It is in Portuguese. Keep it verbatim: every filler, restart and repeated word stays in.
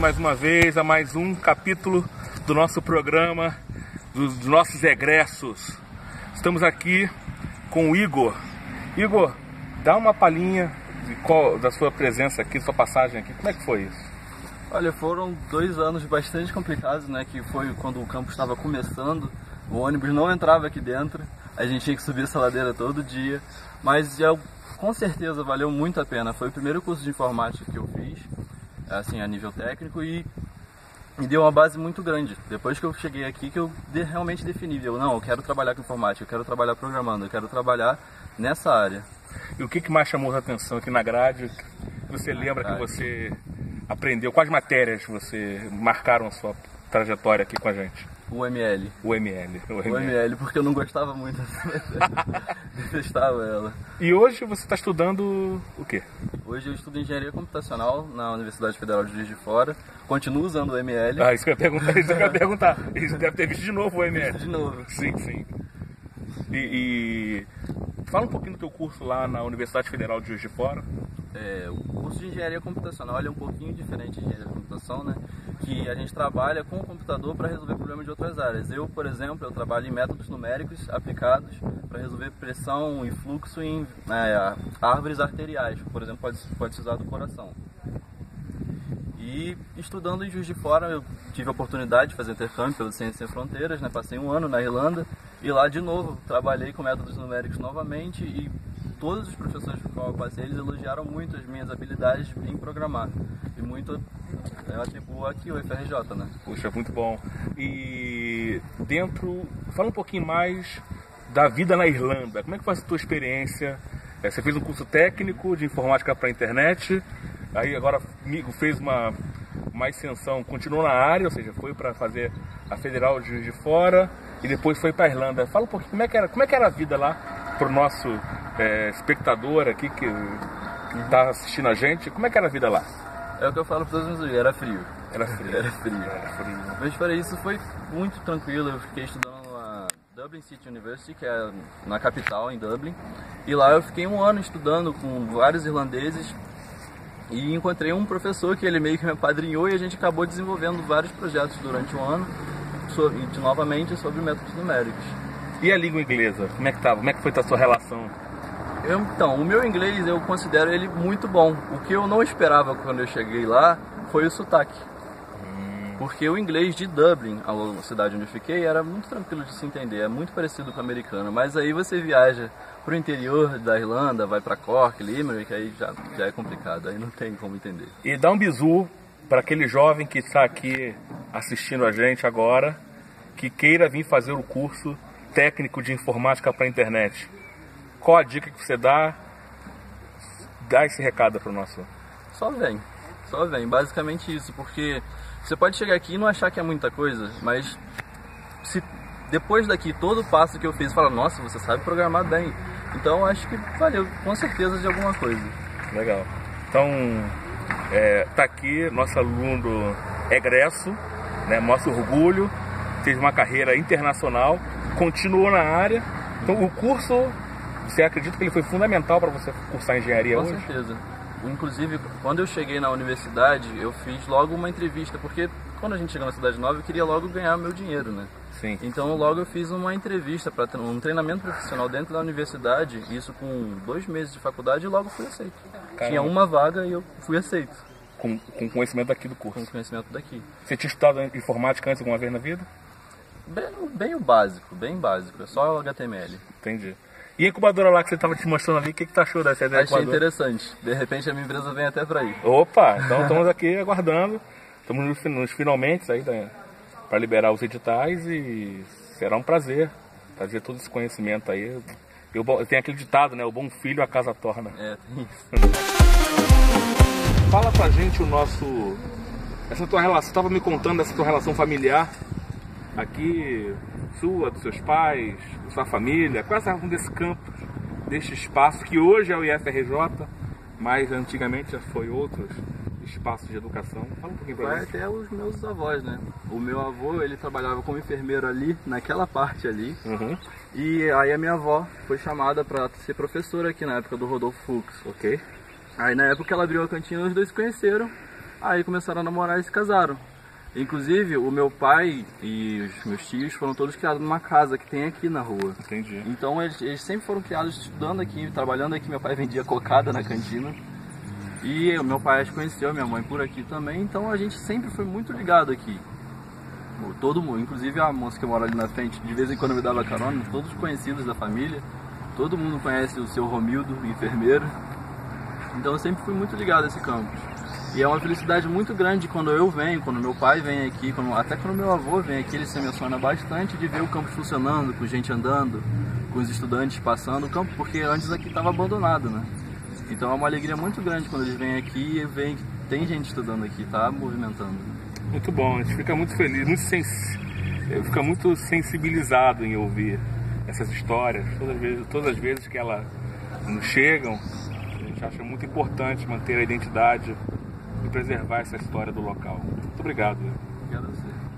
mais uma vez a mais um capítulo do nosso programa, dos, dos nossos egressos. Estamos aqui com o Igor. Igor, dá uma palhinha de qual, da sua presença aqui, sua passagem aqui. Como é que foi isso? Olha, foram dois anos bastante complicados, né? Que foi quando o campus estava começando, o ônibus não entrava aqui dentro, a gente tinha que subir essa ladeira todo dia, mas já, com certeza valeu muito a pena. Foi o primeiro curso de informática que eu fiz, assim, a nível técnico, e me deu uma base muito grande. Depois que eu cheguei aqui, que eu de, realmente defini, eu não, eu quero trabalhar com informática, eu quero trabalhar programando, eu quero trabalhar nessa área. E o que, que mais chamou a atenção aqui na grade? Você na lembra grade. que você aprendeu? Quais matérias você marcaram a sua trajetória aqui com a gente? O M L. O M L. O, o M L, porque eu não gostava muito dessa matéria. Detestava ela. E hoje você está estudando o quê? Hoje eu estudo Engenharia Computacional na Universidade Federal de Juiz de Fora. Continuo usando o M L. Ah, isso que eu ia perguntar. Isso que eu ia perguntar. Isso deve ter visto de novo o M L. De novo. Sim, sim. E, e fala um pouquinho do teu curso lá na Universidade Federal de Juiz de Fora. É, o curso de Engenharia Computacional é um pouquinho diferente de Engenharia de Computação, né? Que a gente trabalha com o computador para resolver problemas de outras áreas. Eu, por exemplo, eu trabalho em métodos numéricos aplicados para resolver pressão e fluxo em é, árvores arteriais, por exemplo, pode, pode se usar do coração. E estudando em Juiz de Fora, eu tive a oportunidade de fazer intercâmbio pelo Ciências Sem Fronteiras, né? Passei um ano na Irlanda e lá de novo trabalhei com métodos numéricos novamente, e todos os professores com qual eu passei, eles elogiaram muito as minhas habilidades em programar. E muito eu atribuo aqui o F R J, né? Puxa, muito bom. E dentro, fala um pouquinho mais da vida na Irlanda. Como é que foi a tua experiência? Você fez um curso técnico de informática para a internet, aí agora fez uma, uma extensão, continuou na área, ou seja, foi para fazer a Federal de Juiz de Fora e depois foi para a Irlanda. Fala um pouquinho como é que era, como é que era a vida lá para o nosso é, espectador aqui que está assistindo a gente. Como é que era a vida lá? É o que eu falo para todos os dias, era frio. Era frio. Era frio. Era frio. Mas para isso foi muito tranquilo. Eu fiquei estudando na Dublin City University, que é na capital, em Dublin. E lá eu fiquei um ano estudando com vários irlandeses. E encontrei um professor que ele meio que me apadrinhou, e a gente acabou desenvolvendo vários projetos durante um ano, sobre, novamente sobre métodos numéricos. E a língua inglesa? Como é que tava? Como é que foi a sua relação? Eu, então, o meu inglês eu considero ele muito bom. O que eu não esperava quando eu cheguei lá foi o sotaque. Hum. Porque o inglês de Dublin, a cidade onde eu fiquei, era muito tranquilo de se entender, é muito parecido com o americano. Mas aí você viaja para o interior da Irlanda, vai para Cork, Limerick, aí já, já é complicado, aí não tem como entender. E dá um bisu para aquele jovem que está aqui assistindo a gente agora, que queira vir fazer o curso técnico de informática para a internet. Qual a dica que você dá? Dá esse recado para o nosso... Só vem, só vem, basicamente isso, porque você pode chegar aqui e não achar que é muita coisa, mas se depois daqui todo o passo que eu fiz, fala, nossa, você sabe programar bem. Então acho que valeu, com certeza, de alguma coisa. Legal. Então, é, tá aqui nosso aluno egresso, né, nosso orgulho, teve uma carreira internacional, continuou na área. Então o curso... Você acredita que ele foi fundamental para você cursar engenharia hoje? Com certeza. Inclusive, quando eu cheguei na universidade, eu fiz logo uma entrevista, porque quando a gente chega na cidade nova, eu queria logo ganhar meu dinheiro, né? Sim. Então, logo eu fiz uma entrevista para um treinamento profissional dentro da universidade, isso com dois meses de faculdade, e logo fui aceito. Caramba. Tinha uma vaga e eu fui aceito. Com, com conhecimento daqui do curso? Com conhecimento daqui. Você tinha estudado informática antes alguma vez na vida? Bem, bem o básico, bem básico, é só o H T M L. Entendi. E a incubadora lá que você estava te mostrando ali, o que, que tu achou dessa ideia? Achei interessante. De repente a minha empresa vem até para aí. Opa, então estamos aqui aguardando. Estamos nos, nos finalmente aí, né, para liberar os editais, e será um prazer trazer todo esse conhecimento aí. Eu, eu tenho aquele ditado, né? O bom filho a casa torna. É, tem isso. Fala pra gente o nosso... Essa tua relação, você estava me contando dessa tua relação familiar aqui, sua, dos seus pais, da sua família. Qual é essa relação desse campus, deste espaço que hoje é o I F R J, mas antigamente já foi outros espaços de educação? Fala um pouquinho pra Vai mim. até os meus avós, né? O meu avô, ele trabalhava como enfermeiro ali, naquela parte ali. Uhum. E aí a minha avó foi chamada para ser professora aqui na época do Rodolfo Fux. Ok. Aí na época ela abriu a cantina, os dois se conheceram. Aí começaram a namorar e se casaram. Inclusive, o meu pai e os meus tios foram todos criados numa casa que tem aqui na rua. Entendi. Então eles, eles sempre foram criados estudando aqui, trabalhando aqui. Meu pai vendia cocada na cantina. E o meu pai as conheceu, minha mãe por aqui também. Então a gente sempre foi muito ligado aqui. Todo mundo, inclusive a moça que mora ali na frente, de vez em quando me dava carona, todos conhecidos da família. Todo mundo conhece o seu Romildo, enfermeiro. Então eu sempre fui muito ligado a esse campus. E é uma felicidade muito grande quando eu venho, quando meu pai vem aqui, quando, até quando meu avô vem aqui, ele se emociona bastante de ver o campus funcionando, com gente andando, com os estudantes passando o campo, porque antes aqui estava abandonado, né? Então é uma alegria muito grande quando eles vêm aqui e veem que tem gente estudando aqui, tá movimentando. Muito bom, a gente fica muito feliz, muito sens... fica muito sensibilizado em ouvir essas histórias, todas as vezes, todas as vezes que elas nos chegam. A gente acha muito importante manter a identidade e preservar essa história do local. Muito obrigado. Obrigado a você.